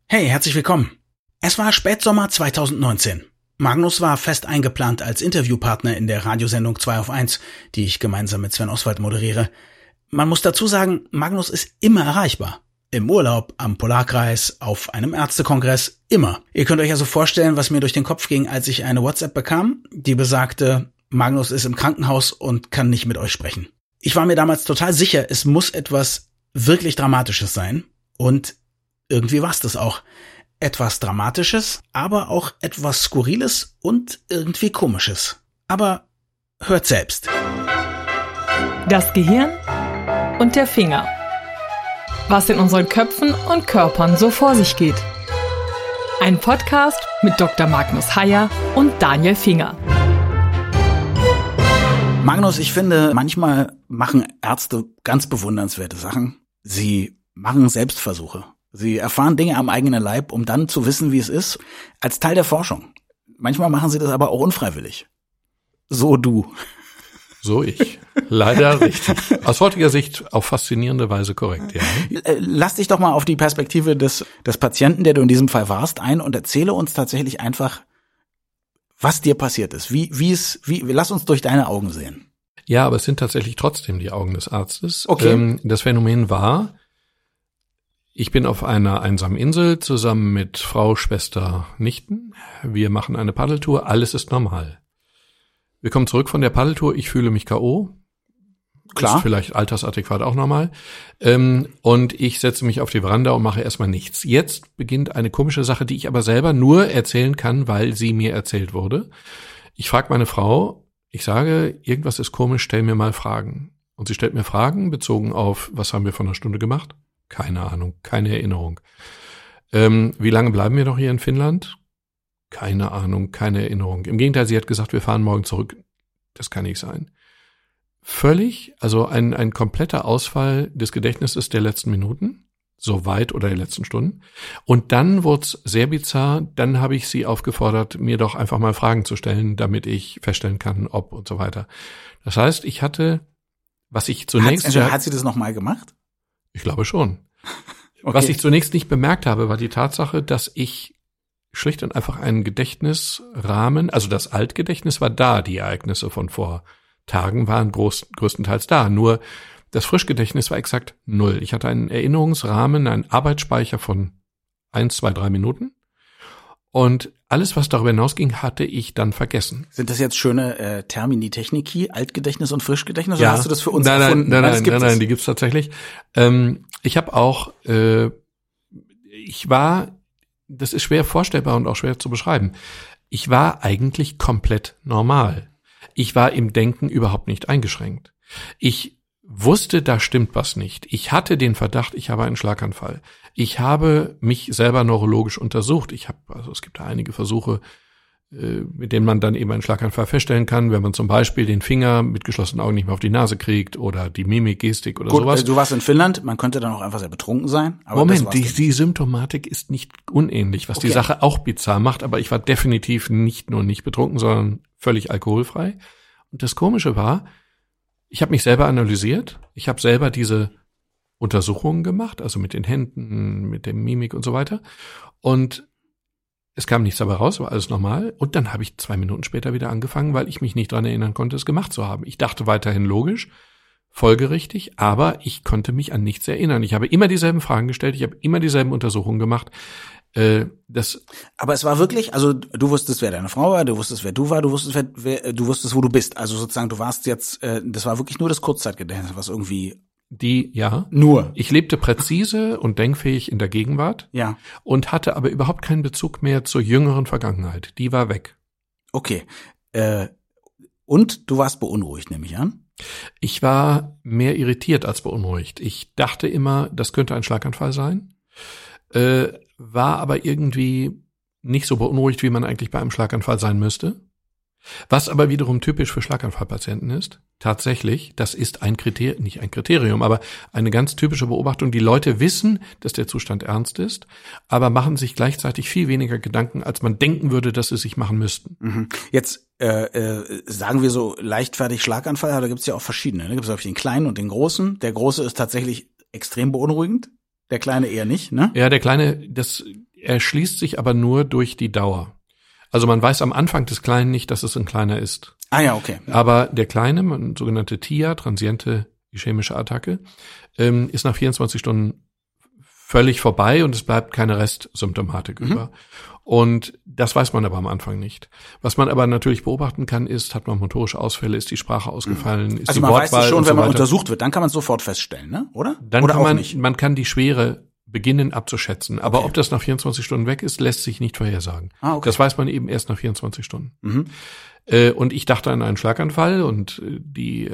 Hey, herzlich willkommen. Es war Spätsommer 2019. Magnus war fest eingeplant als Interviewpartner in der Radiosendung 2 auf 1, die ich gemeinsam mit Sven Oswald moderiere. Man muss dazu sagen, Magnus ist immer erreichbar. Im Urlaub, am Polarkreis, auf einem Ärztekongress, immer. Ihr könnt euch also vorstellen, was mir durch den Kopf ging, als ich eine WhatsApp bekam, die besagte, Magnus ist im Krankenhaus und kann nicht mit euch sprechen. Ich war mir damals total sicher, es muss etwas wirklich Dramatisches sein. Und irgendwie war es das auch. Etwas Dramatisches, aber auch etwas Skurriles und irgendwie Komisches. Aber hört selbst. Das Gehirn und der Finger. Was in unseren Köpfen und Körpern so vor sich geht. Ein Podcast mit Dr. Magnus Heyer und Daniel Finger. Magnus, ich finde, manchmal machen Ärzte ganz bewundernswerte Sachen. Sie machen Selbstversuche. Sie erfahren Dinge am eigenen Leib, um dann zu wissen, wie es ist, als Teil der Forschung. Manchmal machen sie das aber auch unfreiwillig. So du. So ich. Leider richtig. Aus heutiger Sicht auf faszinierende Weise korrekt, ja. Lass dich doch mal auf die Perspektive des Patienten, der du in diesem Fall warst, ein und erzähle uns tatsächlich einfach, was dir passiert ist. Lass uns durch deine Augen sehen. Ja, aber es sind tatsächlich trotzdem die Augen des Arztes. Okay. Das Phänomen war, ich bin auf einer einsamen Insel zusammen mit Frau, Schwester, Nichten. Wir machen eine Paddeltour, alles ist normal. Wir kommen zurück von der Paddeltour, ich fühle mich K.O. Klar. Ist vielleicht altersadäquat auch normal. Und ich setze mich auf die Veranda und mache erstmal nichts. Jetzt beginnt eine komische Sache, die ich aber selber nur erzählen kann, weil sie mir erzählt wurde. Ich frage meine Frau, ich sage, irgendwas ist komisch, stell mir mal Fragen. Und sie stellt mir Fragen bezogen auf, was haben wir vor einer Stunde gemacht? Keine Ahnung, keine Erinnerung. Wie lange bleiben wir noch hier in Finnland? Keine Ahnung, keine Erinnerung. Im Gegenteil, sie hat gesagt, wir fahren morgen zurück. Das kann nicht sein. Völlig, also ein kompletter Ausfall des Gedächtnisses der letzten Minuten, soweit oder der letzten Stunden. Und dann wurde es sehr bizarr. Dann habe ich sie aufgefordert, mir doch einfach mal Fragen zu stellen, damit ich feststellen kann, ob und so weiter. Das heißt, ich hatte, was ich zunächst... Hat sie das nochmal gemacht? Ich glaube schon. Okay. Was ich zunächst nicht bemerkt habe, war die Tatsache, dass ich schlicht und einfach einen Gedächtnisrahmen, also das Altgedächtnis war da, die Ereignisse von vor Tagen waren größtenteils da, nur das Frischgedächtnis war exakt 0. Ich hatte einen Erinnerungsrahmen, einen Arbeitsspeicher von 1, 2, 3 Minuten und alles, was darüber hinausging, hatte ich dann vergessen. Sind das jetzt schöne Termini Technici, Altgedächtnis und Frischgedächtnis, ja. Oder hast du das für uns erfunden? Nein, die gibt's tatsächlich. Ich habe auch, das ist schwer vorstellbar und auch schwer zu beschreiben. Ich war eigentlich komplett normal. Ich war im Denken überhaupt nicht eingeschränkt. Ich wusste, da stimmt was nicht. Ich hatte den Verdacht, ich habe einen Schlaganfall. Ich habe mich selber neurologisch untersucht. Es gibt da einige Versuche, mit denen man dann eben einen Schlaganfall feststellen kann, wenn man zum Beispiel den Finger mit geschlossenen Augen nicht mehr auf die Nase kriegt oder die Mimik, Gestik oder sowas. Du warst in Finnland, man könnte dann auch einfach sehr betrunken sein. Aber Moment, die Symptomatik ist nicht unähnlich, was die Sache auch bizarr macht, aber ich war definitiv nicht nur nicht betrunken, sondern völlig alkoholfrei. Und das Komische war, ich habe mich selber analysiert, ich habe selber diese Untersuchungen gemacht, also mit den Händen, mit der Mimik und so weiter. Und es kam nichts dabei raus, war alles normal. Und dann habe ich 2 Minuten später wieder angefangen, weil ich mich nicht dran erinnern konnte, es gemacht zu haben. Ich dachte weiterhin logisch, folgerichtig, aber ich konnte mich an nichts erinnern. Ich habe immer dieselben Fragen gestellt, ich habe immer dieselben Untersuchungen gemacht. Aber es war wirklich, also du wusstest, wer deine Frau war, du wusstest, wer du war, du wusstest, wo du bist. Also sozusagen, du warst jetzt, das war wirklich nur das Kurzzeitgedächtnis, was irgendwie... Nur. Ich lebte präzise und denkfähig in der Gegenwart. Ja. Und hatte aber überhaupt keinen Bezug mehr zur jüngeren Vergangenheit. Die war weg. Okay. Und du warst beunruhigt, nehme ich an? Ich war mehr irritiert als beunruhigt. Ich dachte immer, das könnte ein Schlaganfall sein. War aber irgendwie nicht so beunruhigt, wie man eigentlich bei einem Schlaganfall sein müsste. Was aber wiederum typisch für Schlaganfallpatienten ist, tatsächlich, das ist nicht ein Kriterium, aber eine ganz typische Beobachtung. Die Leute wissen, dass der Zustand ernst ist, aber machen sich gleichzeitig viel weniger Gedanken, als man denken würde, dass sie sich machen müssten. Mhm. Jetzt sagen wir so leichtfertig Schlaganfall, aber da gibt es ja auch verschiedene. Da gibt es auch den kleinen und den großen. Der große ist tatsächlich extrem beunruhigend, der kleine eher nicht, ne? Ja, der kleine, erschließt sich aber nur durch die Dauer. Also man weiß am Anfang des Kleinen nicht, dass es ein Kleiner ist. Ah ja, okay. Ja. Aber der Kleine, sogenannte TIA, transiente ischämische Attacke, ist nach 24 Stunden völlig vorbei und es bleibt keine Restsymptomatik über. Und das weiß man aber am Anfang nicht. Was man aber natürlich beobachten kann, ist, hat man motorische Ausfälle, ist die Sprache ausgefallen, ist also die man Wortwahl weiß es schon, wenn man so weiter. untersucht wird, dann kann man es sofort feststellen, ne? Oder? Dann Oder kann auch man, nicht? man kann die Schwere beginnen abzuschätzen. Aber Okay. ob das nach 24 Stunden weg ist, lässt sich nicht vorhersagen. Ah, okay. Das weiß man eben erst nach 24 Stunden. Mhm. Und ich dachte an einen Schlaganfall und die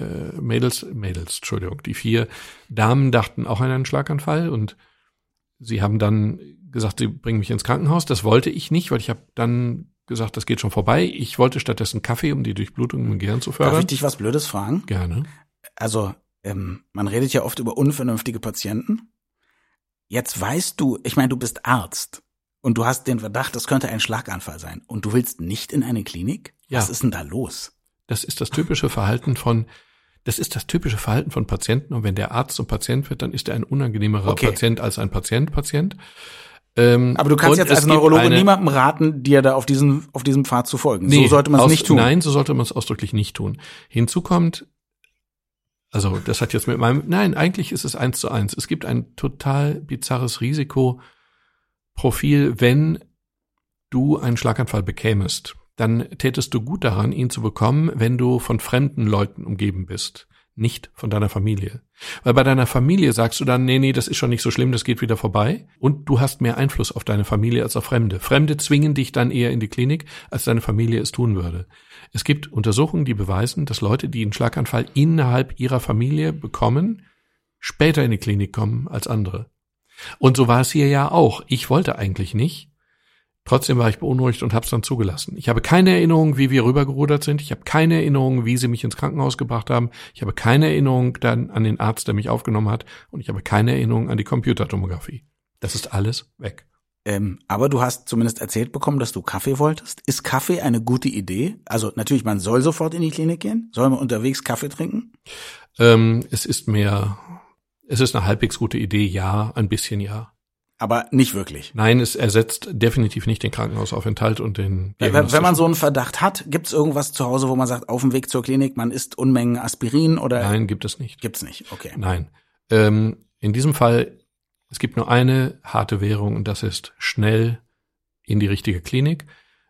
die 4 Damen dachten auch an einen Schlaganfall und sie haben dann gesagt, sie bringen mich ins Krankenhaus. Das wollte ich nicht, weil ich habe dann gesagt, das geht schon vorbei. Ich wollte stattdessen Kaffee, um die Durchblutung im Gehirn zu Darf fördern. ich dich was Blödes fragen? Gerne. Also, man redet ja oft über unvernünftige Patienten. Jetzt weißt du, ich meine, du bist Arzt und du hast den Verdacht, das könnte ein Schlaganfall sein und du willst nicht in eine Klinik? Ja. Was ist denn da los? Das ist das typische Verhalten von Patienten. Und wenn der Arzt zum Patient wird, dann ist er ein unangenehmerer Patient als ein Patient. Aber du kannst jetzt als Neurologe niemandem raten, dir da auf diesem Pfad zu folgen. Nee, so sollte man es nicht tun. Nein, so sollte man es ausdrücklich nicht tun. Hinzu kommt, also das hat jetzt eigentlich ist es 1:1. Es gibt ein total bizarres Risikoprofil, wenn du einen Schlaganfall bekämest. Dann tätest du gut daran, ihn zu bekommen, wenn du von fremden Leuten umgeben bist, nicht von deiner Familie. Weil bei deiner Familie sagst du dann, nee, das ist schon nicht so schlimm, das geht wieder vorbei. Und du hast mehr Einfluss auf deine Familie als auf Fremde. Fremde zwingen dich dann eher in die Klinik, als deine Familie es tun würde. Es gibt Untersuchungen, die beweisen, dass Leute, die einen Schlaganfall innerhalb ihrer Familie bekommen, später in die Klinik kommen als andere. Und so war es hier ja auch. Ich wollte eigentlich nicht. Trotzdem war ich beunruhigt und habe es dann zugelassen. Ich habe keine Erinnerung, wie wir rübergerudert sind. Ich habe keine Erinnerung, wie sie mich ins Krankenhaus gebracht haben. Ich habe keine Erinnerung dann an den Arzt, der mich aufgenommen hat. Und ich habe keine Erinnerung an die Computertomographie. Das ist alles weg. Aber du hast zumindest erzählt bekommen, dass du Kaffee wolltest. Ist Kaffee eine gute Idee? Also natürlich, man soll sofort in die Klinik gehen. Soll man unterwegs Kaffee trinken? Es ist eine halbwegs gute Idee, ja, ein bisschen ja. Aber nicht wirklich. Nein, es ersetzt definitiv nicht den Krankenhausaufenthalt und den Wenn man so einen Verdacht hat, gibt's irgendwas zu Hause, wo man sagt, auf dem Weg zur Klinik, man isst Unmengen Aspirin oder? Nein, gibt es nicht. Gibt's nicht, okay. Nein. In diesem Fall, es gibt nur eine harte Währung und das ist schnell in die richtige Klinik.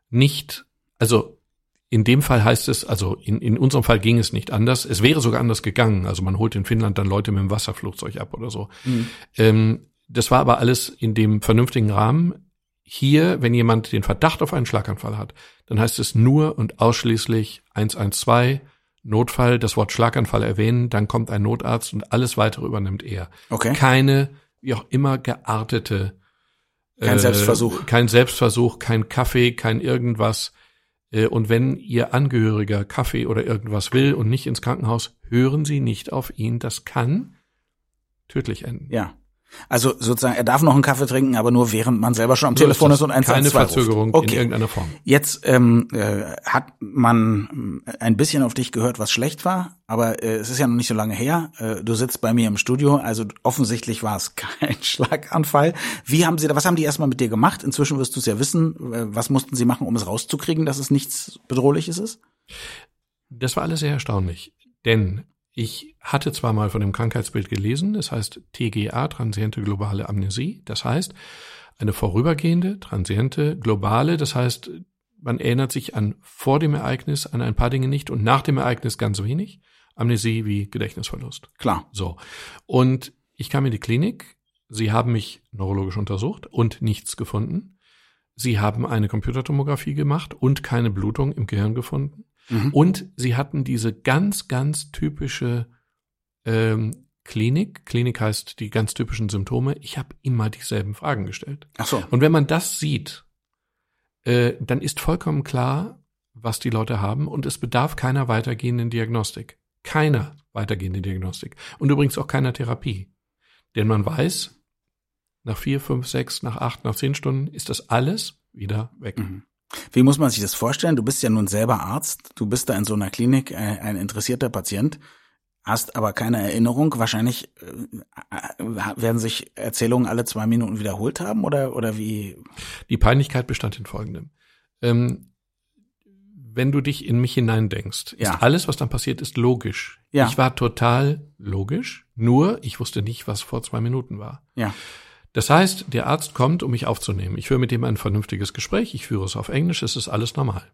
In dem Fall heißt es, also in unserem Fall ging es nicht anders. Es wäre sogar anders gegangen. Also man holt in Finnland dann Leute mit dem Wasserflugzeug ab oder so. Das war aber alles in dem vernünftigen Rahmen. Hier, wenn jemand den Verdacht auf einen Schlaganfall hat, dann heißt es nur und ausschließlich 112, Notfall, das Wort Schlaganfall erwähnen, dann kommt ein Notarzt und alles weitere übernimmt er. Okay. Keine, wie auch immer, geartete. Kein Selbstversuch. Kein Selbstversuch, kein Kaffee, kein irgendwas. Und wenn Ihr Angehöriger Kaffee oder irgendwas will und nicht ins Krankenhaus, hören Sie nicht auf ihn. Das kann tödlich enden. Ja. Also sozusagen, er darf noch einen Kaffee trinken, aber nur während man selber schon am Telefon ist und 112 keine Verzögerung ruft. Okay. in irgendeiner Form. Jetzt hat man ein bisschen auf dich gehört, was schlecht war, aber es ist ja noch nicht so lange her. Du sitzt bei mir im Studio, also offensichtlich war es kein Schlaganfall. Was haben die erstmal mit dir gemacht? Inzwischen wirst du es ja wissen. Was mussten sie machen, um es rauszukriegen, dass es nichts Bedrohliches ist? Das war alles sehr erstaunlich, denn ich hatte zwar mal von dem Krankheitsbild gelesen, das heißt TGA, transiente globale Amnesie, das heißt eine vorübergehende, transiente, globale, das heißt, man erinnert sich an vor dem Ereignis an ein paar Dinge nicht und nach dem Ereignis ganz wenig. Amnesie wie Gedächtnisverlust. Klar. So. Und ich kam in die Klinik, sie haben mich neurologisch untersucht und nichts gefunden. Sie haben eine Computertomographie gemacht und keine Blutung im Gehirn gefunden. Und sie hatten diese ganz, ganz typische Klinik. Klinik heißt die ganz typischen Symptome. Ich habe immer dieselben Fragen gestellt. Ach so. Und wenn man das sieht, dann ist vollkommen klar, was die Leute haben und es bedarf keiner weitergehenden Diagnostik. Keiner weitergehenden Diagnostik. Und übrigens auch keiner Therapie. Denn man weiß, nach 4, 5, 6, nach 8, nach 10 Stunden ist das alles wieder weg. Wie muss man sich das vorstellen? Du bist ja nun selber Arzt. Du bist da in so einer Klinik ein interessierter Patient. hast aber keine Erinnerung. Wahrscheinlich werden sich Erzählungen alle 2 Minuten wiederholt haben oder wie? Die Peinlichkeit bestand in Folgendem. Wenn du dich in mich hineindenkst, ist alles, was dann passiert, ist logisch. Ja. Ich war total logisch, nur ich wusste nicht, was vor 2 Minuten war. Ja. Das heißt, der Arzt kommt, um mich aufzunehmen. Ich führe mit ihm ein vernünftiges Gespräch, ich führe es auf Englisch, es ist alles normal.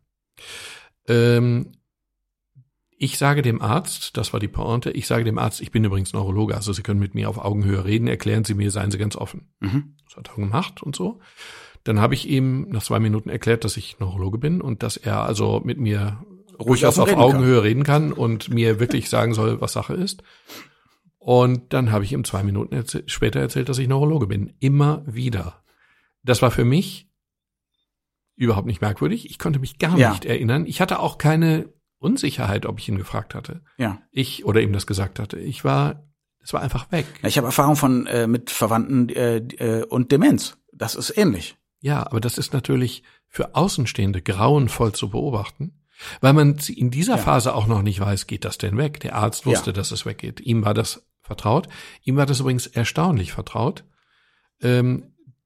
Ich sage dem Arzt, das war die Pointe, ich sage dem Arzt, ich bin übrigens Neurologe, also Sie können mit mir auf Augenhöhe reden, erklären Sie mir, seien Sie ganz offen. Mhm. Das hat er gemacht und so. Dann habe ich ihm nach 2 Minuten erklärt, dass ich Neurologe bin und dass er also mit mir ruhig auf Augenhöhe reden kann und mir wirklich sagen soll, was Sache ist. Und dann habe ich ihm 2 Minuten später erzählt, dass ich Neurologe bin. Immer wieder. Das war für mich überhaupt nicht merkwürdig. Ich konnte mich gar nicht erinnern. Ich hatte auch keine Unsicherheit, ob ich ihn gefragt hatte. Ja. Oder ihm das gesagt hatte. Es war einfach weg. Ich habe Erfahrung mit Verwandten und Demenz. Das ist ähnlich. Ja, aber das ist natürlich für Außenstehende grauenvoll zu beobachten, weil man in dieser Phase auch noch nicht weiß, geht das denn weg? Der Arzt wusste, dass es weggeht. Ihm war das vertraut. Ihm war das übrigens erstaunlich vertraut. Nach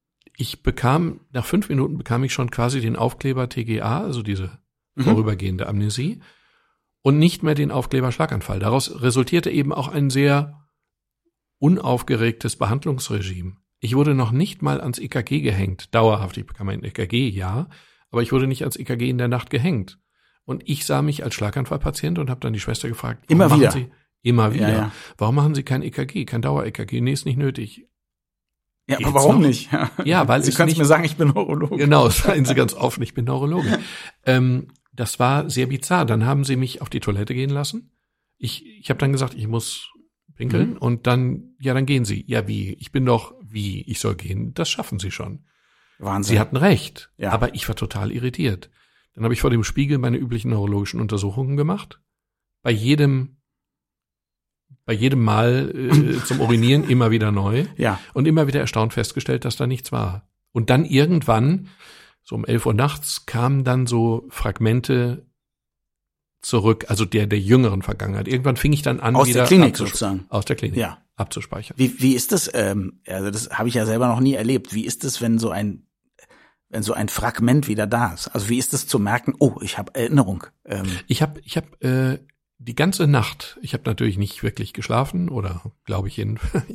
5 Minuten bekam ich schon quasi den Aufkleber TGA, also diese vorübergehende Amnesie, und nicht mehr den Aufkleber Schlaganfall. Daraus resultierte eben auch ein sehr unaufgeregtes Behandlungsregime. Ich wurde noch nicht mal ans EKG gehängt. Dauerhaft, ich bekam ein EKG, ja, aber ich wurde nicht ans EKG in der Nacht gehängt. Und ich sah mich als Schlaganfallpatient und habe dann die Schwester gefragt, Immer wieder. Ja. Warum machen Sie kein EKG, kein Dauer-EKG? Nee, ist nicht nötig. Ja, aber warum nicht? Ja, weil Sie können mir sagen, ich bin Neurologe. Genau, seien Sie ganz offen, ich bin Neurologe. Das war sehr bizarr. Dann haben sie mich auf die Toilette gehen lassen. Ich habe dann gesagt, ich muss pinkeln und dann gehen Sie. Ja, wie? Ich soll gehen. Das schaffen Sie schon. Wahnsinn. Sie hatten recht, aber ich war total irritiert. Dann habe ich vor dem Spiegel meine üblichen neurologischen Untersuchungen gemacht. Bei jedem Mal zum Urinieren immer wieder neu. Ja. Und immer wieder erstaunt festgestellt, dass da nichts war. Und dann irgendwann, so um 11 Uhr nachts, kamen dann so Fragmente zurück, also der jüngeren Vergangenheit. Irgendwann fing ich dann an, aus der Klinik sozusagen. Aus der Klinik abzuspeichern. Wie ist das, also das habe ich ja selber noch nie erlebt. Wie ist es, wenn so ein Fragment wieder da ist? Also wie ist es zu merken, oh, ich habe Erinnerung? Ich habe die ganze Nacht, ich habe natürlich nicht wirklich geschlafen, oder glaube ich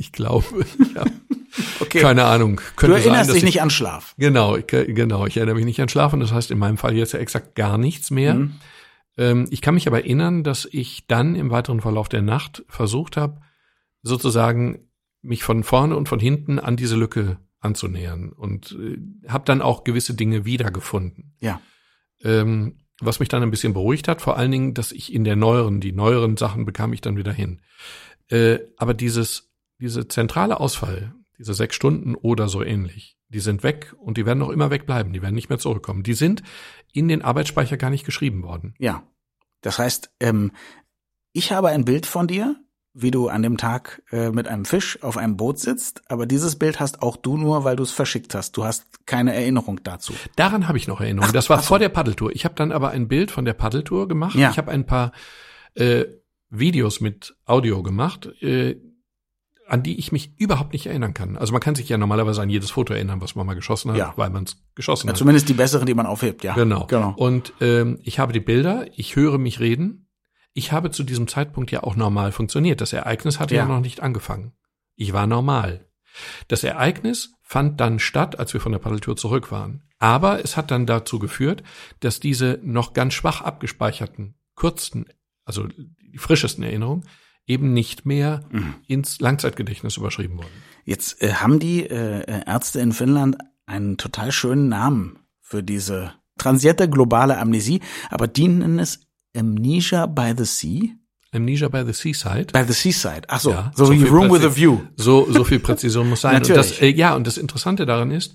okay. Keine Ahnung. Du erinnerst dich nicht an Schlaf. Genau, ich erinnere mich nicht an Schlafen, das heißt in meinem Fall jetzt ja exakt gar nichts mehr. Ich kann mich aber erinnern, dass ich dann im weiteren Verlauf der Nacht versucht habe, sozusagen mich von vorne und von hinten an diese Lücke anzunähern und habe dann auch gewisse Dinge wiedergefunden. Ja. Was mich dann ein bisschen beruhigt hat, vor allen Dingen, dass ich die neueren Sachen bekam ich dann wieder hin. Aber diese zentrale Ausfall, diese 6 Stunden oder so ähnlich, die sind weg und die werden auch immer wegbleiben, die werden nicht mehr zurückkommen. Die sind in den Arbeitsspeicher gar nicht geschrieben worden. Ja, das heißt, ich habe ein Bild von dir, wie du an dem Tag mit einem Fisch auf einem Boot sitzt, aber dieses Bild hast auch du nur, weil du es verschickt hast. Du hast keine Erinnerung dazu. Daran habe ich noch Erinnerung. Das war vor der Paddeltour. Ich habe dann aber ein Bild von der Paddeltour gemacht. Ja. Ich habe ein paar Videos mit Audio gemacht, an die ich mich überhaupt nicht erinnern kann. Also man kann sich ja normalerweise an jedes Foto erinnern, was man mal geschossen hat, weil man es geschossen hat. Zumindest die besseren, die man aufhebt, ja. Genau. Und ich habe die Bilder, ich höre mich reden. Ich habe zu diesem Zeitpunkt ja auch normal funktioniert. Das Ereignis hatte ja noch nicht angefangen. Ich war normal. Das Ereignis fand dann statt, als wir von der Paddeltour zurück waren. Aber es hat dann dazu geführt, dass diese noch ganz schwach abgespeicherten, also die frischesten Erinnerungen, eben nicht mehr ins Langzeitgedächtnis überschrieben wurden. Jetzt haben die Ärzte in Finnland einen total schönen Namen für diese transierte globale Amnesie, aber die nennen es Amnesia by the Sea? Amnesia by the Seaside. By the Seaside. Ach so, ja, so wie Room with a View. So viel Präzision muss sein. Natürlich. Und das Interessante daran ist,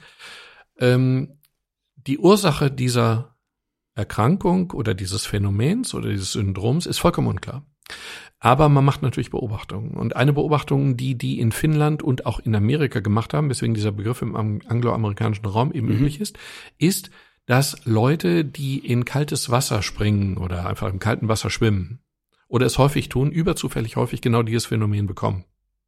die Ursache dieser Erkrankung oder dieses Phänomens oder dieses Syndroms ist vollkommen unklar. Aber man macht natürlich Beobachtungen. Und eine Beobachtung, die in Finnland und auch in Amerika gemacht haben, weswegen dieser Begriff im angloamerikanischen Raum eben üblich ist, dass Leute, die in kaltes Wasser springen oder einfach im kalten Wasser schwimmen oder es häufig tun, überzufällig häufig genau dieses Phänomen bekommen.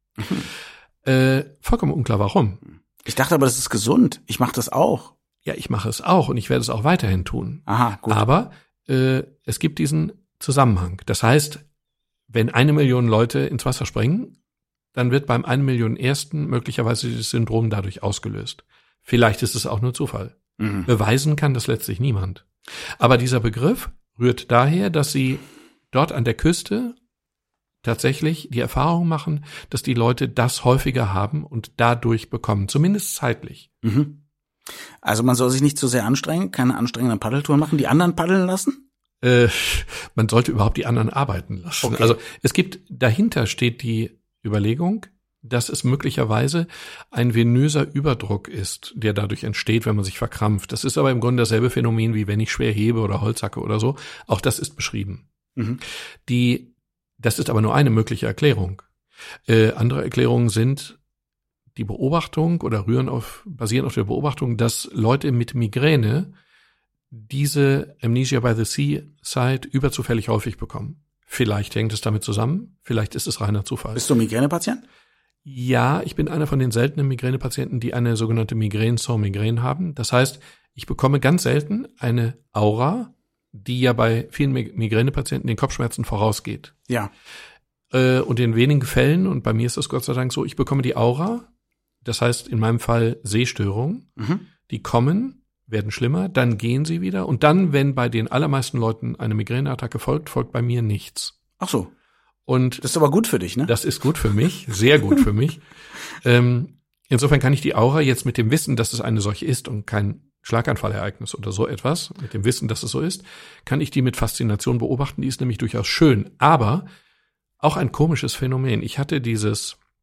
Vollkommen unklar, warum. Ich dachte aber, das ist gesund. Ich mache das auch. Ja, ich mache es auch und ich werde es auch weiterhin tun. Aha, gut. Aber es gibt diesen Zusammenhang. Das heißt, wenn 1 Million Leute ins Wasser springen, dann wird beim 1 Million ersten möglicherweise dieses Syndrom dadurch ausgelöst. Vielleicht ist es auch nur Zufall. Beweisen kann das letztlich niemand. Aber dieser Begriff rührt daher, dass sie dort an der Küste tatsächlich die Erfahrung machen, dass die Leute das häufiger haben und dadurch bekommen, zumindest zeitlich. Also man soll sich nicht zu sehr anstrengen, keine anstrengenden Paddeltouren machen, die anderen paddeln lassen? Man sollte überhaupt die anderen arbeiten lassen. Okay. Also dahinter steht die Überlegung, dass es möglicherweise ein venöser Überdruck ist, der dadurch entsteht, wenn man sich verkrampft. Das ist aber im Grunde dasselbe Phänomen, wie wenn ich schwer hebe oder Holz hacke oder so. Auch das ist beschrieben. Das ist aber nur eine mögliche Erklärung. Andere Erklärungen sind die Beobachtung oder basieren auf der Beobachtung, dass Leute mit Migräne diese Amnesia by the Seaside überzufällig häufig bekommen. Vielleicht hängt es damit zusammen, vielleicht ist es reiner Zufall. Bist du Migränepatient? Ja, ich bin einer von den seltenen Migränepatienten, die eine sogenannte Migraine sans Migraine haben. Das heißt, ich bekomme ganz selten eine Aura, die ja bei vielen Migränepatienten den Kopfschmerzen vorausgeht. Ja. Und in wenigen Fällen, und bei mir ist das Gott sei Dank so, ich bekomme die Aura, das heißt in meinem Fall Sehstörungen, die kommen, werden schlimmer, dann gehen sie wieder und dann, wenn bei den allermeisten Leuten eine Migräneattacke folgt bei mir nichts. Ach so. Und das ist aber gut für dich, ne? Das ist gut für mich, sehr gut für mich. Insofern kann ich die Aura jetzt mit dem Wissen, dass es eine solche ist und kein Schlaganfallereignis oder so etwas, mit dem Wissen, dass es so ist, kann ich die mit Faszination beobachten. Die ist nämlich durchaus schön, aber auch ein komisches Phänomen. Ich hatte diese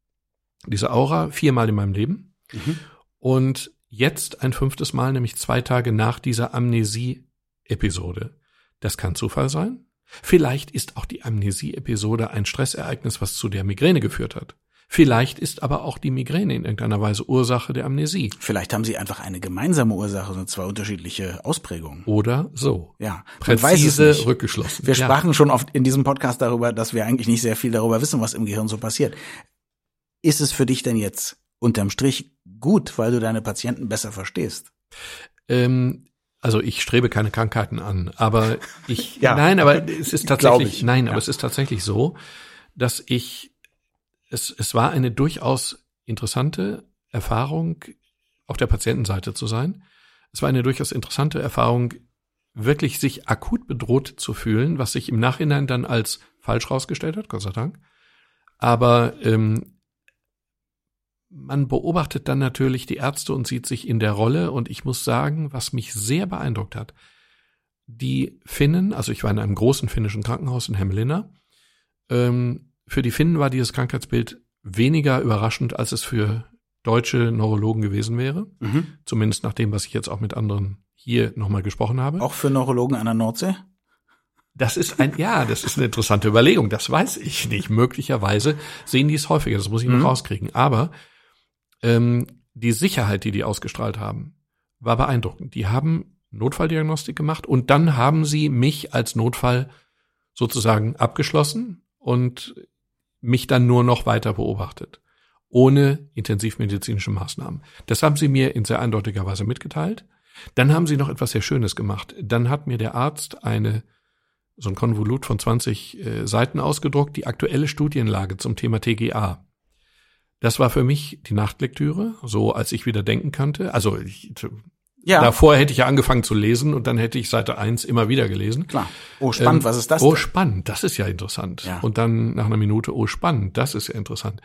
Aura 4-mal in meinem Leben und jetzt ein 5. Mal, nämlich 2 Tage nach dieser Amnesie-Episode. Das kann Zufall sein. Vielleicht ist auch die Amnesie-Episode ein Stressereignis, was zu der Migräne geführt hat. Vielleicht ist aber auch die Migräne in irgendeiner Weise Ursache der Amnesie. Vielleicht haben sie einfach eine gemeinsame Ursache, sind 2 unterschiedliche Ausprägungen. Oder so. Ja. Präzise rückgeschlossen. Wir sprachen schon oft in diesem Podcast darüber, dass wir eigentlich nicht sehr viel darüber wissen, was im Gehirn so passiert. Ist es für dich denn jetzt unterm Strich gut, weil du deine Patienten besser verstehst? Also ich strebe keine Krankheiten an, aber ja. Nein, aber es ist tatsächlich, aber es ist tatsächlich so, dass es war eine durchaus interessante Erfahrung, auf der Patientenseite zu sein. Es war eine durchaus interessante Erfahrung, wirklich sich akut bedroht zu fühlen, was sich im Nachhinein dann als falsch rausgestellt hat, Gott sei Dank. Aber man beobachtet dann natürlich die Ärzte und sieht sich in der Rolle. Und ich muss sagen, was mich sehr beeindruckt hat, die Finnen, also ich war in einem großen finnischen Krankenhaus in Hämeenlinna, für die Finnen war dieses Krankheitsbild weniger überraschend, als es für deutsche Neurologen gewesen wäre. Zumindest nach dem, was ich jetzt auch mit anderen hier nochmal gesprochen habe. Auch für Neurologen an der Nordsee? Das ist eine interessante Überlegung. Das weiß ich nicht. Möglicherweise sehen die es häufiger. Das muss ich noch rauskriegen. Aber die Sicherheit, die ausgestrahlt haben, war beeindruckend. Die haben Notfalldiagnostik gemacht und dann haben sie mich als Notfall sozusagen abgeschlossen und mich dann nur noch weiter beobachtet, ohne intensivmedizinische Maßnahmen. Das haben sie mir in sehr eindeutiger Weise mitgeteilt. Dann haben sie noch etwas sehr Schönes gemacht. Dann hat mir der Arzt so ein Konvolut von 20 Seiten ausgedruckt, die aktuelle Studienlage zum Thema TGA. Das war für mich die Nachtlektüre, so als ich wieder denken konnte. Also davor hätte ich ja angefangen zu lesen und dann hätte ich Seite 1 immer wieder gelesen. Klar. Oh, spannend, was ist das denn? Oh, spannend, das ist ja interessant. Ja. Und dann nach einer Minute, oh, spannend, das ist ja interessant.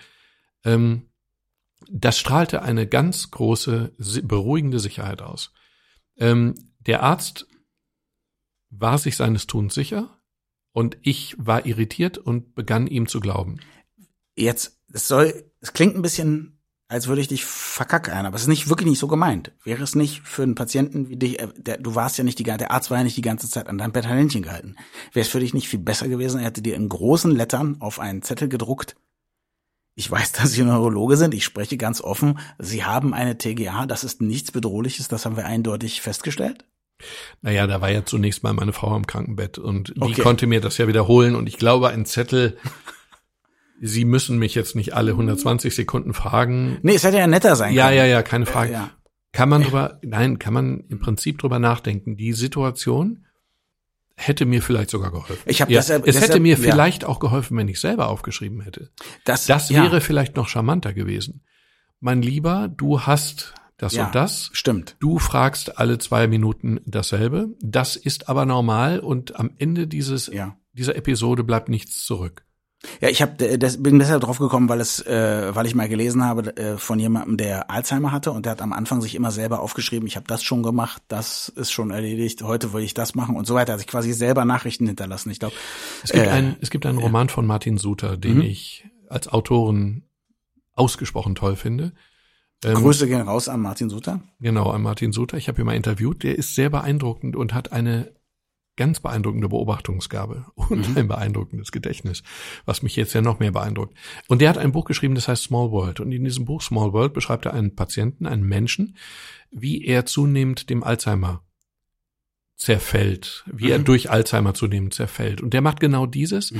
Das strahlte eine ganz große, beruhigende Sicherheit aus. Der Arzt war sich seines Tuns sicher und ich war irritiert und begann ihm zu glauben. Jetzt, es klingt ein bisschen, als würde ich dich verkackern, aber es ist wirklich nicht so gemeint. Wäre es nicht für einen Patienten wie dich, du warst ja nicht der Arzt war ja nicht die ganze Zeit an deinem Bett ein Händchen gehalten. Wäre es für dich nicht viel besser gewesen, er hätte dir in großen Lettern auf einen Zettel gedruckt: Ich weiß, dass Sie Neurologe sind, ich spreche ganz offen, Sie haben eine TGA, das ist nichts Bedrohliches, das haben wir eindeutig festgestellt? Naja, da war ja zunächst mal meine Frau am Krankenbett und die konnte mir das ja wiederholen und ich glaube, ein Zettel, Sie müssen mich jetzt nicht alle 120 Sekunden fragen. Nee, es hätte ja netter sein können. Ja, keine Frage. Ja. Kann man im Prinzip drüber nachdenken. Die Situation hätte mir vielleicht sogar geholfen. Es hätte mir vielleicht auch geholfen, wenn ich selber aufgeschrieben hätte. Das wäre vielleicht noch charmanter gewesen. Mein Lieber, du hast das und das. Stimmt. Du fragst alle 2 Minuten dasselbe. Das ist aber normal und am Ende dieser Episode bleibt nichts zurück. Ja, bin deshalb drauf gekommen, weil ich mal gelesen habe von jemandem, der Alzheimer hatte und der hat am Anfang sich immer selber aufgeschrieben, ich habe das schon gemacht, das ist schon erledigt, heute will ich das machen und so weiter. Er hat sich quasi selber Nachrichten hinterlassen. Ich glaube, es gibt einen Roman von Martin Suter, den ich als Autoren ausgesprochen toll finde. Grüße gehen raus an Martin Suter. Genau, an Martin Suter. Ich habe ihn mal interviewt. Der ist sehr beeindruckend und hat eine ganz beeindruckende Beobachtungsgabe und ein beeindruckendes Gedächtnis, was mich jetzt ja noch mehr beeindruckt. Und der hat ein Buch geschrieben, das heißt Small World. Und in diesem Buch Small World beschreibt er einen Patienten, einen Menschen, wie er zunehmend dem Alzheimer zerfällt, wie er durch Alzheimer zunehmend zerfällt. Und der macht genau dieses.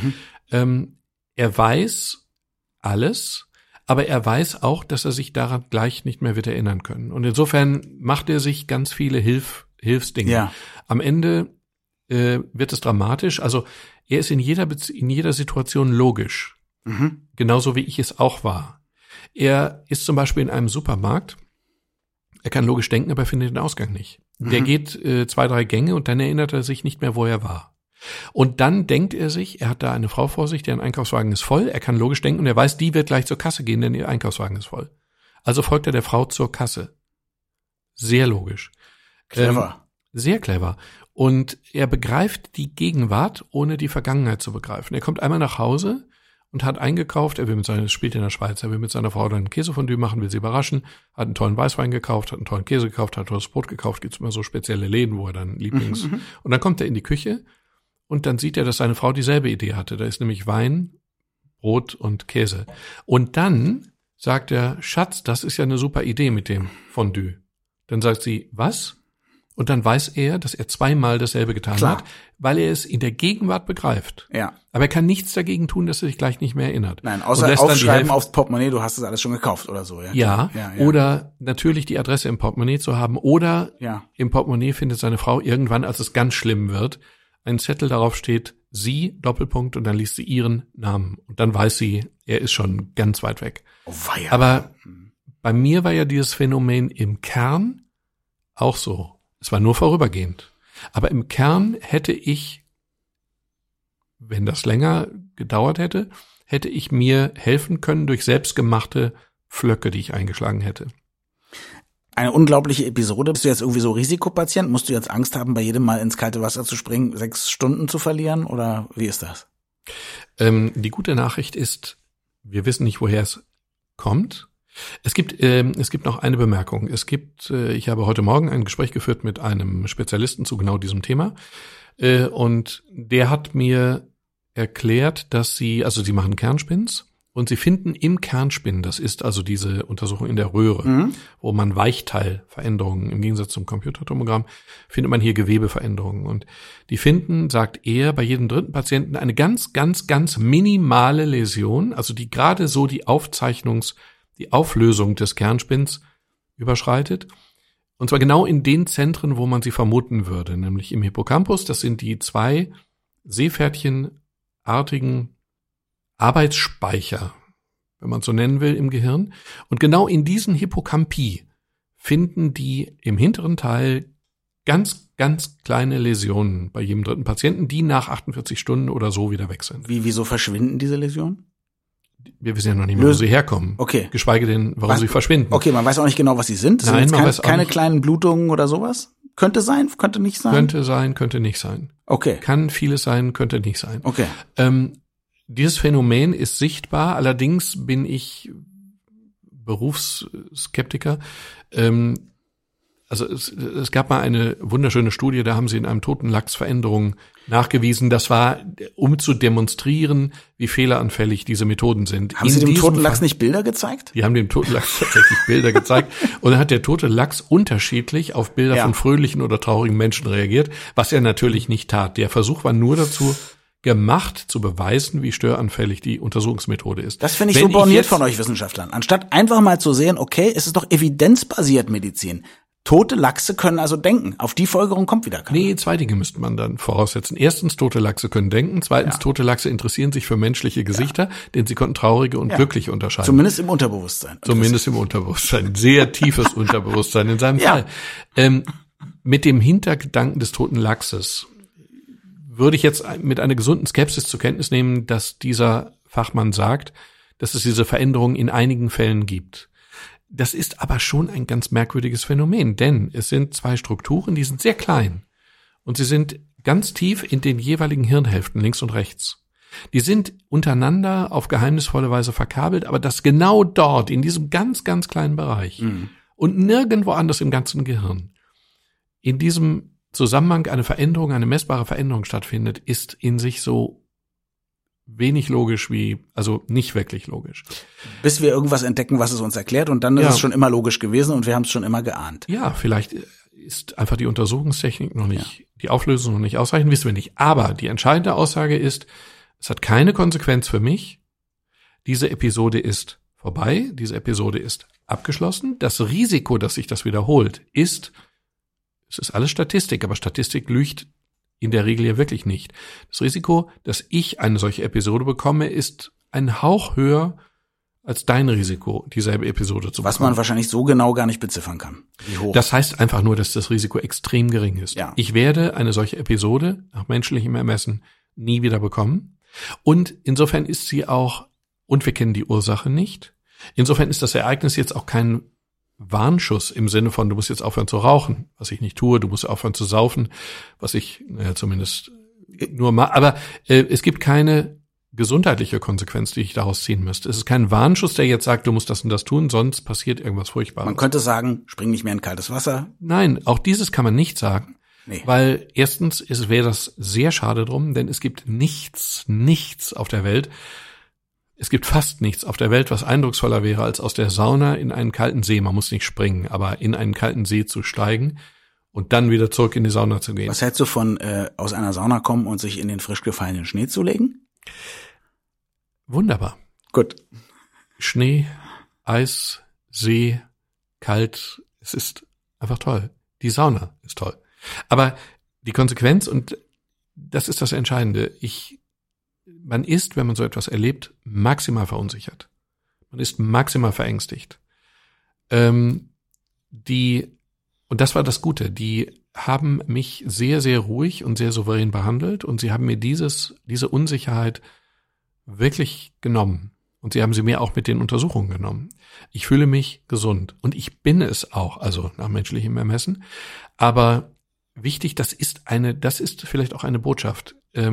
Er weiß alles, aber er weiß auch, dass er sich daran gleich nicht mehr wird erinnern können. Und insofern macht er sich ganz viele Hilfsdinge. Ja. Am Ende wird es dramatisch. Also er ist in jeder Situation logisch. Genauso wie ich es auch war. Er ist zum Beispiel in einem Supermarkt. Er kann logisch denken, aber er findet den Ausgang nicht. Der geht 2, 3 Gänge und dann erinnert er sich nicht mehr, wo er war. Und dann denkt er sich, er hat da eine Frau vor sich, deren Einkaufswagen ist voll. Er kann logisch denken und er weiß, die wird gleich zur Kasse gehen, denn ihr Einkaufswagen ist voll. Also folgt er der Frau zur Kasse. Sehr logisch. Clever. Sehr clever. Und er begreift die Gegenwart, ohne die Vergangenheit zu begreifen. Er kommt einmal nach Hause und hat eingekauft, spielt in der Schweiz, er will mit seiner Frau dann Käsefondue machen, will sie überraschen, hat einen tollen Weißwein gekauft, hat einen tollen Käse gekauft, hat tolles Brot gekauft, gibt's immer so spezielle Läden, wo er dann Und dann kommt er in die Küche und dann sieht er, dass seine Frau dieselbe Idee hatte. Da ist nämlich Wein, Brot und Käse. Und dann sagt er, Schatz, das ist ja eine super Idee mit dem Fondue. Dann sagt sie, was? Und dann weiß er, dass er 2-mal dasselbe getan hat, weil er es in der Gegenwart begreift. Ja. Aber er kann nichts dagegen tun, dass er sich gleich nicht mehr erinnert. Nein, außer aufschreiben aufs Portemonnaie, du hast es alles schon gekauft oder so. Ja. Oder natürlich die Adresse im Portemonnaie zu haben. Oder im Portemonnaie findet seine Frau irgendwann, als es ganz schlimm wird, einen Zettel, darauf steht, sie, Doppelpunkt, und dann liest sie ihren Namen. Und dann weiß sie, er ist schon ganz weit weg. Oh, weia. Aber bei mir war ja dieses Phänomen im Kern auch so. Es war nur vorübergehend. Aber im Kern hätte ich, wenn das länger gedauert hätte, hätte ich mir helfen können durch selbstgemachte Pflöcke, die ich eingeschlagen hätte. Eine unglaubliche Episode. Bist du jetzt irgendwie so Risikopatient? Musst du jetzt Angst haben, bei jedem Mal ins kalte Wasser zu springen, 6 Stunden zu verlieren? Oder wie ist das? Die gute Nachricht ist, wir wissen nicht, woher es kommt. Es gibt noch eine Bemerkung. Ich habe heute Morgen ein Gespräch geführt mit einem Spezialisten zu genau diesem Thema. Und der hat mir erklärt, dass sie machen Kernspins und sie finden im Kernspin, das ist also diese Untersuchung in der Röhre, wo man Weichteilveränderungen, im Gegensatz zum Computertomogramm, findet man hier Gewebeveränderungen. Und die finden, sagt er, bei jedem 3. Patienten eine ganz, ganz, ganz minimale Läsion, also die gerade so die Auflösung des Kernspins überschreitet. Und zwar genau in den Zentren, wo man sie vermuten würde, nämlich im Hippocampus. Das sind die 2 seepferdchenartigen Arbeitsspeicher, wenn man so nennen will, im Gehirn. Und genau in diesen Hippocampi finden die im hinteren Teil ganz, ganz kleine Läsionen bei jedem 3. Patienten, die nach 48 Stunden oder so wieder weg sind. Wieso verschwinden diese Läsionen? Wir wissen ja noch nicht mehr, wo sie herkommen. Okay. Geschweige denn, warum sie verschwinden. Okay, man weiß auch nicht genau, was sie sind. Nein, sind man weiß keine kleinen Blutungen oder sowas? Könnte sein, könnte nicht sein? Könnte sein, könnte nicht sein. Okay. Kann vieles sein, könnte nicht sein. Okay. Dieses Phänomen ist sichtbar, allerdings bin ich Berufsskeptiker. Also es gab mal eine wunderschöne Studie, da haben sie in einem toten Lachs Veränderungen nachgewiesen. Das war, um zu demonstrieren, wie fehleranfällig diese Methoden sind. Haben Sie dem toten Lachs nicht Bilder gezeigt? Die haben dem toten Lachs tatsächlich Bilder gezeigt. Und dann hat der tote Lachs unterschiedlich auf Bilder von fröhlichen oder traurigen Menschen reagiert, was er natürlich nicht tat. Der Versuch war nur dazu gemacht, zu beweisen, wie störanfällig die Untersuchungsmethode ist. Das finde ich so borniert von euch Wissenschaftlern. Anstatt einfach mal zu sehen, okay, es ist doch evidenzbasiert Medizin. Tote Lachse können also denken. Auf die Folgerung kommt wieder keiner. Nee, zwei Dinge müsste man dann voraussetzen. Erstens, tote Lachse können denken. Zweitens, tote Lachse interessieren sich für menschliche Gesichter, denn sie konnten traurige und glückliche unterscheiden. Zumindest im Unterbewusstsein. Zumindest im Unterbewusstsein. Sehr tiefes Unterbewusstsein in seinem Fall. Mit dem Hintergedanken des toten Lachses würde ich jetzt mit einer gesunden Skepsis zur Kenntnis nehmen, dass dieser Fachmann sagt, dass es diese Veränderungen in einigen Fällen gibt. Das ist aber schon ein ganz merkwürdiges Phänomen, denn es sind zwei Strukturen, die sind sehr klein und sie sind ganz tief in den jeweiligen Hirnhälften links und rechts. Die sind untereinander auf geheimnisvolle Weise verkabelt, aber das genau dort, in diesem ganz, ganz kleinen Bereich und nirgendwo anders im ganzen Gehirn, in diesem Zusammenhang eine Veränderung, eine messbare Veränderung stattfindet, ist in sich so wenig logisch also nicht wirklich logisch. Bis wir irgendwas entdecken, was es uns erklärt, und dann ist es schon immer logisch gewesen und wir haben es schon immer geahnt. Ja, vielleicht ist einfach die Untersuchungstechnik noch nicht, die Auflösung noch nicht ausreichend, wissen wir nicht. Aber die entscheidende Aussage ist, es hat keine Konsequenz für mich. Diese Episode ist vorbei, diese Episode ist abgeschlossen. Das Risiko, dass sich das wiederholt, es ist alles Statistik, aber Statistik lügt in der Regel ja wirklich nicht. Das Risiko, dass ich eine solche Episode bekomme, ist ein Hauch höher als dein Risiko, dieselbe Episode zu bekommen. Was man wahrscheinlich so genau gar nicht beziffern kann. Wie hoch? Das heißt einfach nur, dass das Risiko extrem gering ist. Ja. Ich werde eine solche Episode nach menschlichem Ermessen nie wieder bekommen. Und insofern ist sie auch, und wir kennen die Ursache nicht, insofern ist das Ereignis jetzt auch kein Warnschuss im Sinne von, du musst jetzt aufhören zu rauchen, was ich nicht tue, du musst aufhören zu saufen, was ich zumindest nur mal, aber es gibt keine gesundheitliche Konsequenz, die ich daraus ziehen müsste. Es ist kein Warnschuss, der jetzt sagt, du musst das und das tun, sonst passiert irgendwas Furchtbares. Man könnte sagen, spring nicht mehr in kaltes Wasser. Nein, auch dieses kann man nicht sagen, Nee. weil erstens wäre das sehr schade drum, denn es gibt nichts auf der Welt, es gibt fast nichts auf der Welt, was eindrucksvoller wäre, als aus der Sauna in einen kalten See, man muss nicht springen, aber in einen kalten See zu steigen und dann wieder zurück in die Sauna zu gehen. Was hältst du von aus einer Sauna kommen und sich in den frisch gefallenen Schnee zu legen? Wunderbar. Gut. Schnee, Eis, See, kalt, es ist einfach toll. Die Sauna ist toll. Aber die Konsequenz, und das ist das Entscheidende, man ist, wenn man so etwas erlebt, maximal verunsichert. Man ist maximal verängstigt. Und das war das Gute, die haben mich sehr, sehr ruhig und sehr souverän behandelt und sie haben mir diese Unsicherheit wirklich genommen. Und sie haben sie mir auch mit den Untersuchungen genommen. Ich fühle mich gesund. Und ich bin es auch, also nach menschlichem Ermessen. Aber wichtig, das ist vielleicht auch eine Botschaft.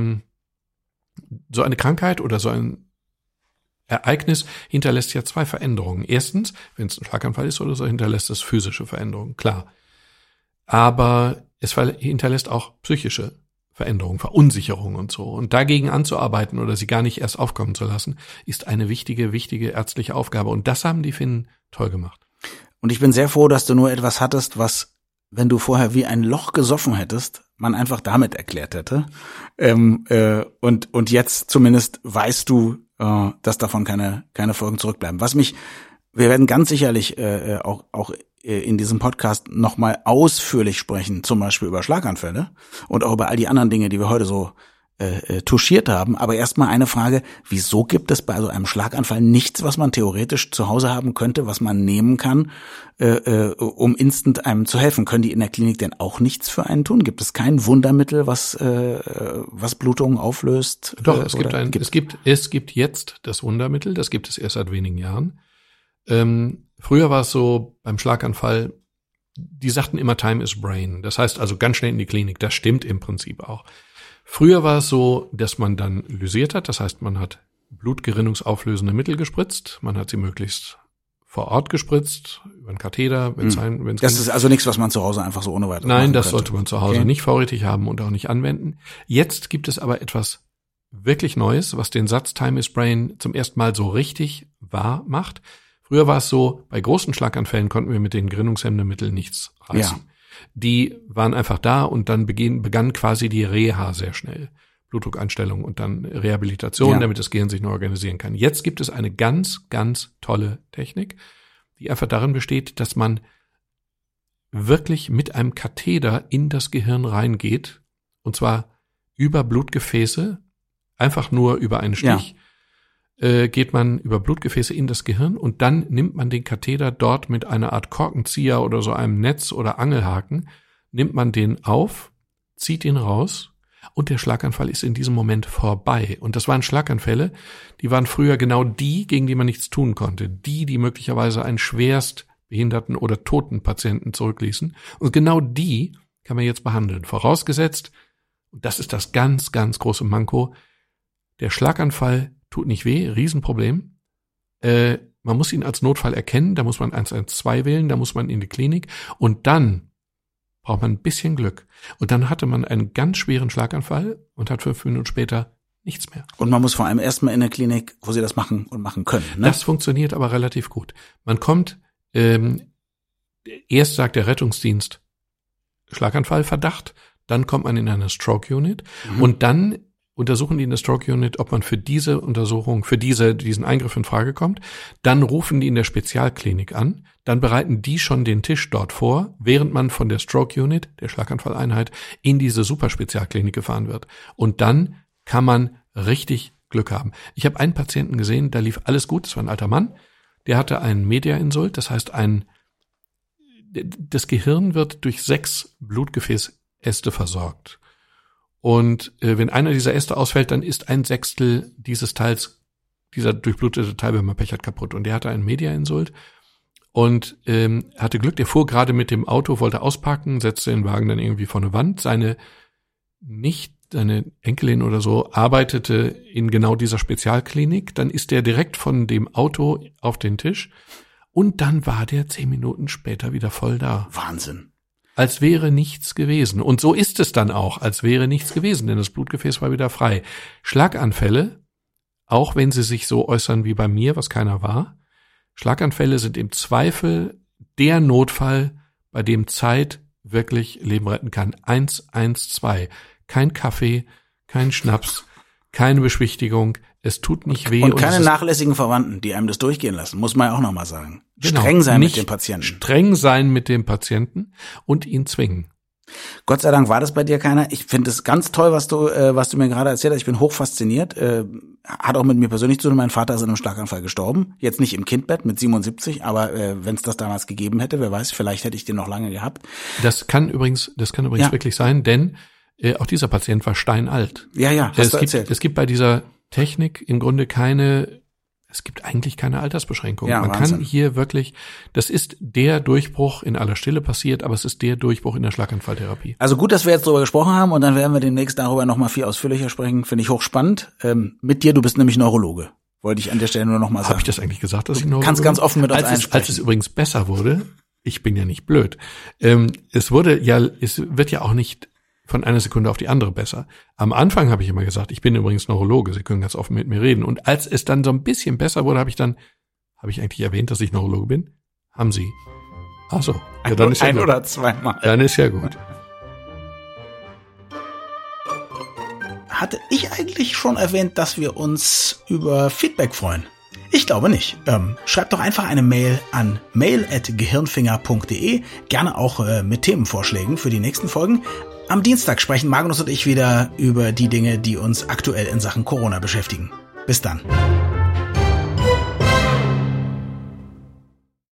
So eine Krankheit oder so ein Ereignis hinterlässt ja zwei Veränderungen. Erstens, wenn es ein Schlaganfall ist oder so, hinterlässt es physische Veränderungen, klar. Aber es hinterlässt auch psychische Veränderungen, Verunsicherung und so. Und dagegen anzuarbeiten oder sie gar nicht erst aufkommen zu lassen, ist eine wichtige ärztliche Aufgabe. Und das haben die Finnen toll gemacht. Und ich bin sehr froh, dass du nur etwas hattest, was, wenn du vorher wie ein Loch gesoffen hättest, man einfach damit erklärt hätte. Und jetzt zumindest weißt du, dass davon keine Folgen zurückbleiben. Wir werden ganz sicherlich auch in diesem Podcast nochmal ausführlich sprechen, zum Beispiel über Schlaganfälle und auch über all die anderen Dinge, die wir heute so touchiert haben. Aber erstmal eine Frage: Wieso gibt es bei so einem Schlaganfall nichts, was man theoretisch zu Hause haben könnte, was man nehmen kann, um instant einem zu helfen? Können die in der Klinik denn auch nichts für einen tun? Gibt es kein Wundermittel, was Blutungen auflöst? Doch, es gibt jetzt das Wundermittel, das gibt es erst seit wenigen Jahren. Früher war es so beim Schlaganfall, die sagten immer Time is Brain. Das heißt also ganz schnell in die Klinik. Das stimmt im Prinzip auch. Früher war es so, dass man dann lysiert hat. Das heißt, man hat blutgerinnungsauflösende Mittel gespritzt. Man hat sie möglichst vor Ort gespritzt, über einen Katheter. Wenn's das ist also nichts, was man zu Hause einfach so ohne weiteres Nein, das könnte. sollte man zu Hause nicht vorrätig haben und auch nicht anwenden. Jetzt gibt es aber etwas wirklich Neues, was den Satz Time is Brain zum ersten Mal so richtig wahr macht. Früher war es so, bei großen Schlaganfällen konnten wir mit den gerinnungshemmenden Mitteln nichts reißen. Ja. Die waren einfach da und dann begann quasi die Reha sehr schnell. Blutdruckeinstellung und dann Rehabilitation, damit das Gehirn sich neu organisieren kann. Jetzt gibt es eine ganz, ganz tolle Technik, die einfach darin besteht, dass man wirklich mit einem Katheter in das Gehirn reingeht, und zwar über Blutgefäße, einfach nur über einen Stich, geht man über Blutgefäße in das Gehirn und dann nimmt man den Katheter dort mit einer Art Korkenzieher oder so einem Netz oder Angelhaken, nimmt man den auf, zieht ihn raus und der Schlaganfall ist in diesem Moment vorbei. Und das waren Schlaganfälle, die waren früher genau die, gegen die man nichts tun konnte. Die möglicherweise einen schwerst behinderten oder toten Patienten zurückließen. Und genau die kann man jetzt behandeln. Vorausgesetzt, und das ist das ganz, ganz große Manko, der Schlaganfall tut nicht weh, Riesenproblem. Man muss ihn als Notfall erkennen, da muss man 112 wählen, da muss man in die Klinik und dann braucht man ein bisschen Glück. Und dann hatte man einen ganz schweren Schlaganfall und hat 5 Minuten später nichts mehr. Und man muss vor allem erstmal in der Klinik, wo sie das machen und machen können. Ne? Das funktioniert aber relativ gut. Man kommt, erst sagt der Rettungsdienst Schlaganfallverdacht, dann kommt man in eine Stroke Unit und dann untersuchen die in der Stroke Unit, ob man für diese Untersuchung, für diesen Eingriff in Frage kommt. Dann rufen die in der Spezialklinik an. Dann bereiten die schon den Tisch dort vor, während man von der Stroke Unit, der Schlaganfalleinheit, in diese Superspezialklinik gefahren wird. Und dann kann man richtig Glück haben. Ich habe einen Patienten gesehen, da lief alles gut. Das war ein alter Mann. Der hatte einen Mediainsult. Das heißt, das Gehirn wird durch 6 Blutgefäßäste versorgt. Und wenn einer dieser Äste ausfällt, dann ist 1/6 dieses Teils, dieser durchblutete Teil, wenn man Pech hat, kaputt. Und der hatte einen Mediainsult und hatte Glück. Der fuhr gerade mit dem Auto, wollte ausparken, setzte den Wagen dann irgendwie vor eine Wand. Seine Enkelin oder so arbeitete in genau dieser Spezialklinik. Dann ist der direkt von dem Auto auf den Tisch und dann war der 10 Minuten später wieder voll da. Wahnsinn. Als wäre nichts gewesen. Und so ist es dann auch, als wäre nichts gewesen, denn das Blutgefäß war wieder frei. Schlaganfälle, auch wenn sie sich so äußern wie bei mir, was keiner war, Schlaganfälle sind im Zweifel der Notfall, bei dem Zeit wirklich Leben retten kann. 112. Kein Kaffee, kein Schnaps, keine Beschwichtigung. Es tut nicht weh. Und keine nachlässigen Verwandten, die einem das durchgehen lassen, muss man ja auch nochmal sagen. Genau, streng sein mit dem Patienten. Streng sein mit dem Patienten und ihn zwingen. Gott sei Dank war das bei dir keiner. Ich finde es ganz toll, was du mir gerade erzählt hast. Ich bin hoch fasziniert. Hat auch mit mir persönlich zu tun. Mein Vater ist in einem Schlaganfall gestorben. Jetzt nicht im Kindbett mit 77, aber wenn es das damals gegeben hätte, wer weiß, vielleicht hätte ich den noch lange gehabt. Das kann übrigens wirklich sein, denn auch dieser Patient war steinalt. Ja, hast du erzählt. Es gibt bei dieser Technik im Grunde es gibt eigentlich keine Altersbeschränkung. Ja, man Wahnsinn. kann hier wirklich, das ist der Durchbruch in aller Stille passiert, aber es ist der Durchbruch in der Schlaganfalltherapie. Also gut, dass wir jetzt darüber gesprochen haben und dann werden wir demnächst darüber nochmal viel ausführlicher sprechen. Finde ich hochspannend. Mit dir, du bist nämlich Neurologe. Wollte ich an der Stelle nur nochmal sagen. Habe ich das eigentlich gesagt, dass ich Neurologe bin? Kannst ganz offen mit uns einsprechen. Als es übrigens besser wurde, ich bin ja nicht blöd, es wird ja auch nicht von einer Sekunde auf die andere besser. Am Anfang habe ich immer gesagt, ich bin übrigens Neurologe, Sie können ganz offen mit mir reden. Und als es dann so ein bisschen besser wurde, habe ich eigentlich erwähnt, dass ich Neurologe bin? Haben Sie? Ach so. Ja, dann ist ja ein gut. Oder zweimal. Dann ist ja gut. Hatte ich eigentlich schon erwähnt, dass wir uns über Feedback freuen? Ich glaube nicht. Schreibt doch einfach eine Mail an mail@gehirnfinger.de, gerne auch mit Themenvorschlägen für die nächsten Folgen. Am Dienstag sprechen Magnus und ich wieder über die Dinge, die uns aktuell in Sachen Corona beschäftigen. Bis dann.